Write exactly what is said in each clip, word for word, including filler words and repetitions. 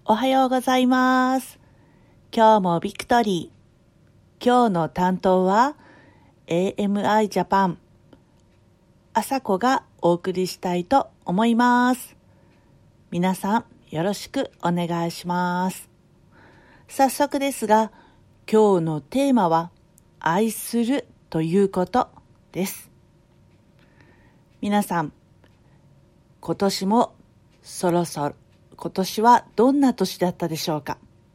おはようございます。今日もビクトリー。今日の担当は エーエムアイ ジャパン朝子がお送りしたいと思います。皆さんよろしくお願いします。早速ですが、今日のテーマは愛するということです。皆さん、今年もそろそろ今年はどんな年だったでしょうか。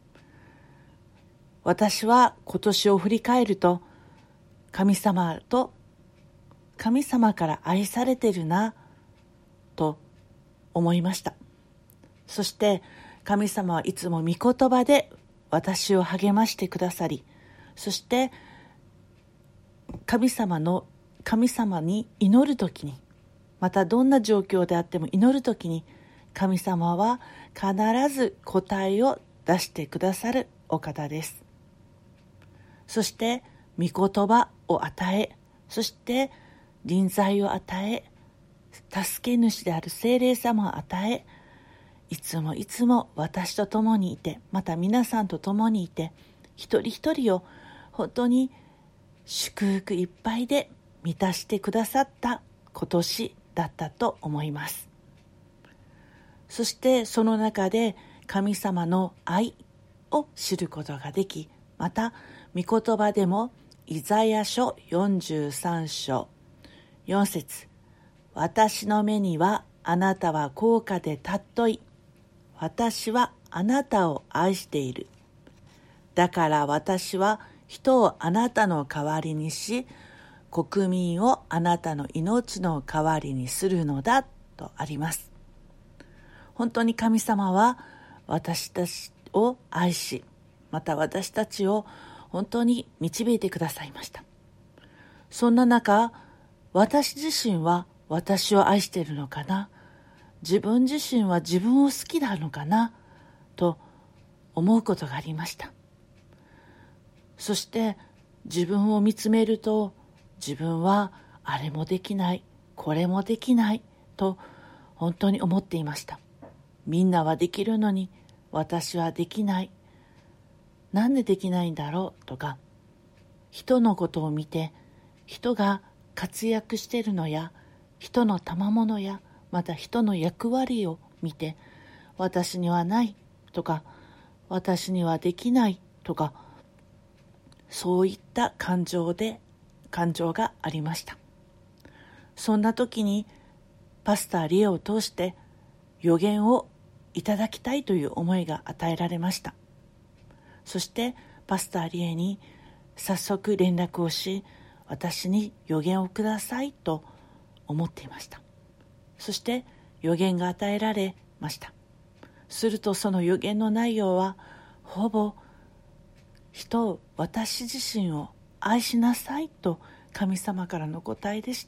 私は今年を振り返ると、神様と神様から愛されてるなと思いました。そして神様はいつも御言葉で私を励ましてくださり、そして神様の神様に祈るときに、またどんな状況であっても祈るときに、神様は必ず答えを出してくださるお方です。そして御言葉を与え、そして臨在を与え、助け主である聖霊様を与え、いつもいつも私と共にいて、また皆さんと共にいて、一人一人を本当に祝福いっぱいで満たしてくださった今年だったと思います。そしてその中で神様の愛を知ることができ、また御言葉でもイザヤ書よんじゅうさん章よん節、私の目にはあなたは高価で尊い、私はあなたを愛している、だから私は人をあなたの代わりにし、国民をあなたの命の代わりにするのだとあります。本当に神様は私たちを愛し、また私たちを本当に導いてくださいました。そんな中、私自身は私を愛しているのかな、自分自身は自分を好きなのかなと思うことがありました。そして自分を見つめると、自分はあれもできない、これもできないと本当に思っていました。みんなはできるのに私はできない、なんでできないんだろうとか、人のことを見て、人が活躍しているのや、人の賜物や、また人の役割を見て、私にはないとか、私にはできないとか、そういった感情で感情がありました。そんな時にパスターリエを通して予言をいただきたいという思いが与えられました。そしてパスターリエに早速連絡をし、私に予言をくださいと思っていました。そして予言が与えられました。するとその予言の内容は、ほぼ人を、私自身を愛しなさいと神様からの答えでした。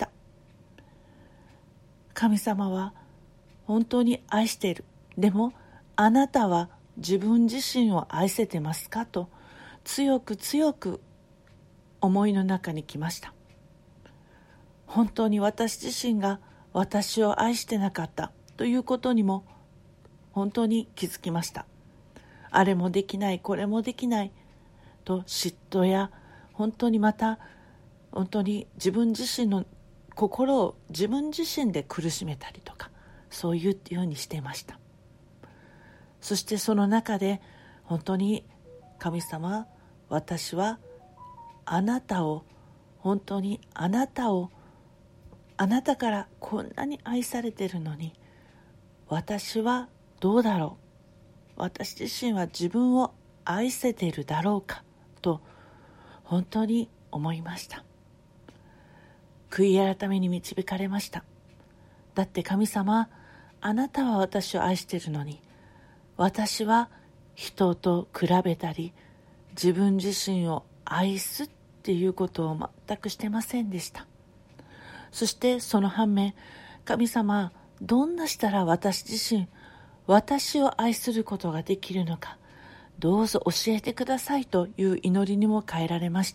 神様は本当に愛している。でもあなたは自分自身を愛せてますかと強く強く思いの中に来ました。本当に私自身が私を愛してなかったということにも本当に気づきました。あれもできない、これもできないと嫉妬や、本当にまた本当に自分自身の心を自分自身で苦しめたりとか、そういうようにしていました。そしてその中で本当に神様、私はあなたを本当にあなたをあなたからこんなに愛されているのに、私はどうだろう、私自身は自分を愛せているだろうかと本当に思いました。悔い改めに導かれました。だって神様、あなたは私を愛しているのに、私は人と比べたり自分自身を愛すっていうことを全くしてませんでした。そしてその反面、神様、どんなしたら私自身私を愛することができるのか、どうぞ教えてくださいという祈りにも変えられました。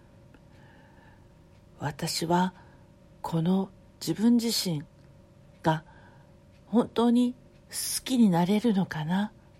私はこの自分自身が本当に好きになれるのかな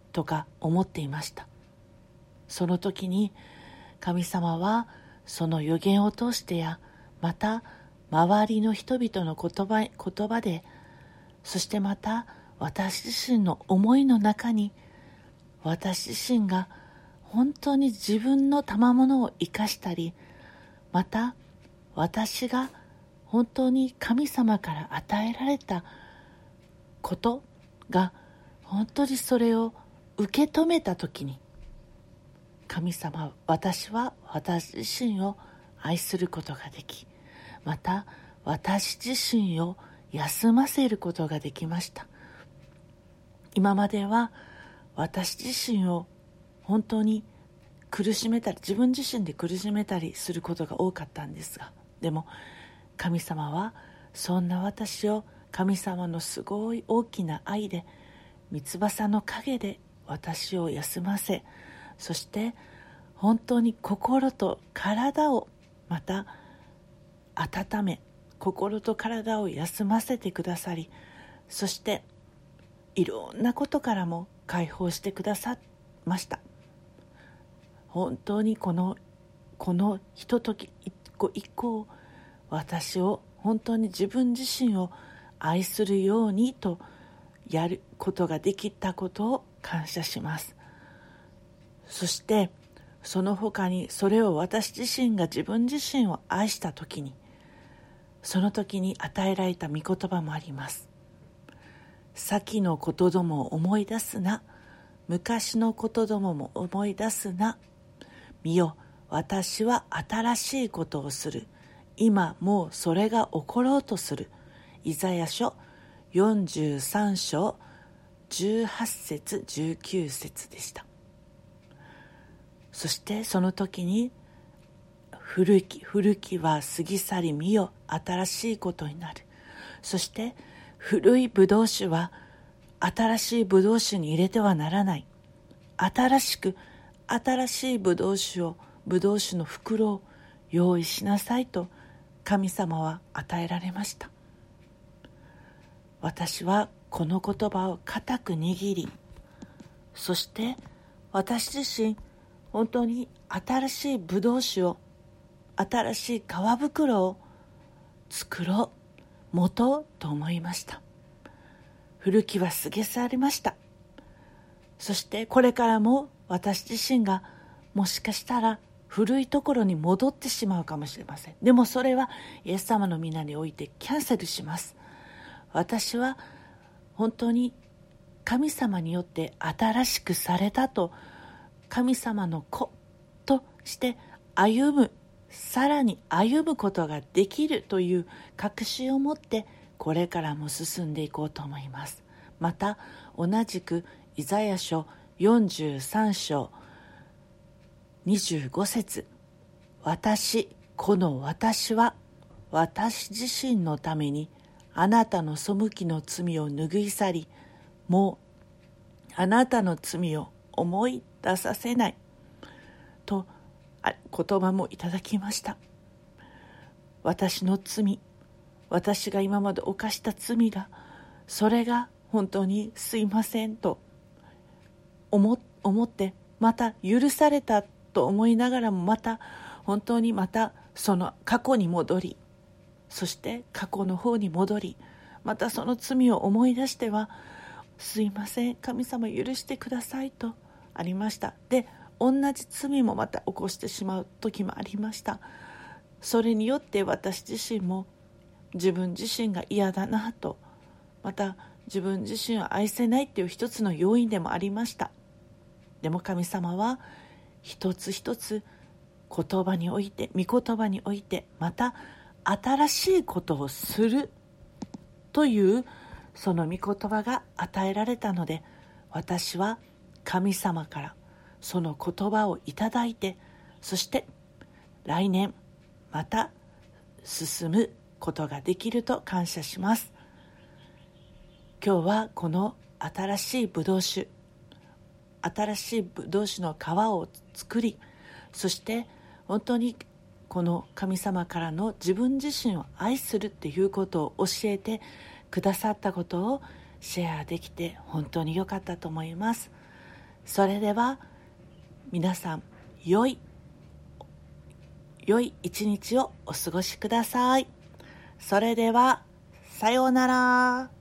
とか思っていました。その時に神様はその予言を通してや、また周りの人々の言葉、言葉で、そしてまた私自身の思いの中に、私自身が本当に自分の賜物を生かしたり、また私が本当に神様から与えられたことが、本当にそれを受け止めたときに、神様、私は私自身を愛することができ、また私自身を休ませることができました。今までは私自身を本当に苦しめたり、自分自身で苦しめたりすることが多かったんですが、でも神様はそんな私を神様のすごい大きな愛で、三翼の陰で私を休ませ、そして本当に心と体をまた温め、心と体を休ませてくださり、そしていろんなことからも解放してくださいました。本当にこのこのひととき一個一個を、私を本当に自分自身を愛するようにとやることができたことを感謝します。そしてその他に、それを私自身が自分自身を愛したときに、その時に与えられた御言葉もあります。先のことどもを思い出すな、昔のことどもも思い出すな。見よ、私は新しいことをする。今もうそれが起ころうとする。イザヤ書よんじゅうさん章じゅうはち節じゅうきゅう節でした。そしてその時に、古き古きは過ぎ去り、見よ新しいことになる。そして古いブドウ酒は新しいブドウ酒に入れてはならない。新しく新しいブドウ酒をブドウ酒の袋を用意しなさいと神様は与えられました。私はこの言葉を固く握り、そして私自身本当に新しいブドウ酒を、新しい皮袋を作ろう、持とうと思いました。古きは過ぎ去りました。そしてこれからも私自身がもしかしたら古いところに戻ってしまうかもしれません。でもそれはイエス様の皆においてキャンセルします。私は本当に神様によって新しくされたと、神様の子として歩む、さらに歩むことができるという確信を持ってこれからも進んでいこうと思います。また同じくイザヤ書よんじゅうさん章にじゅうご節、私、この私は私自身のためにあなたの背きの罪を拭い去り、もうあなたの罪を思い出させないと言葉もいただきました。私の罪、私が今まで犯した罪が、それが本当にすいませんと思、思ってまた許されたと思いながらも、また本当にまたその過去に戻り、そして過去の方に戻り、またその罪を思い出しては、すいません神様許してくださいとありました。で、同じ罪もまた起こしてしまう時もありました。それによって私自身も自分自身が嫌だなと、また自分自身を愛せないっていう一つの要因でもありました。でも神様は一つ一つ言葉において、御言葉において、また新しいことをするというその御言葉が与えられたので、私は神様からその言葉をいただいて、そして来年また進むことができると感謝します。今日はこの新しいブドウ酒、新しいブドウ酒の皮を作り、そして本当にこの神様からの自分自身を愛するっていうことを教えてくださったことをシェアできて本当に良かったと思います。 それでは皆さん、良い良い一日をお過ごしください。それではさようなら。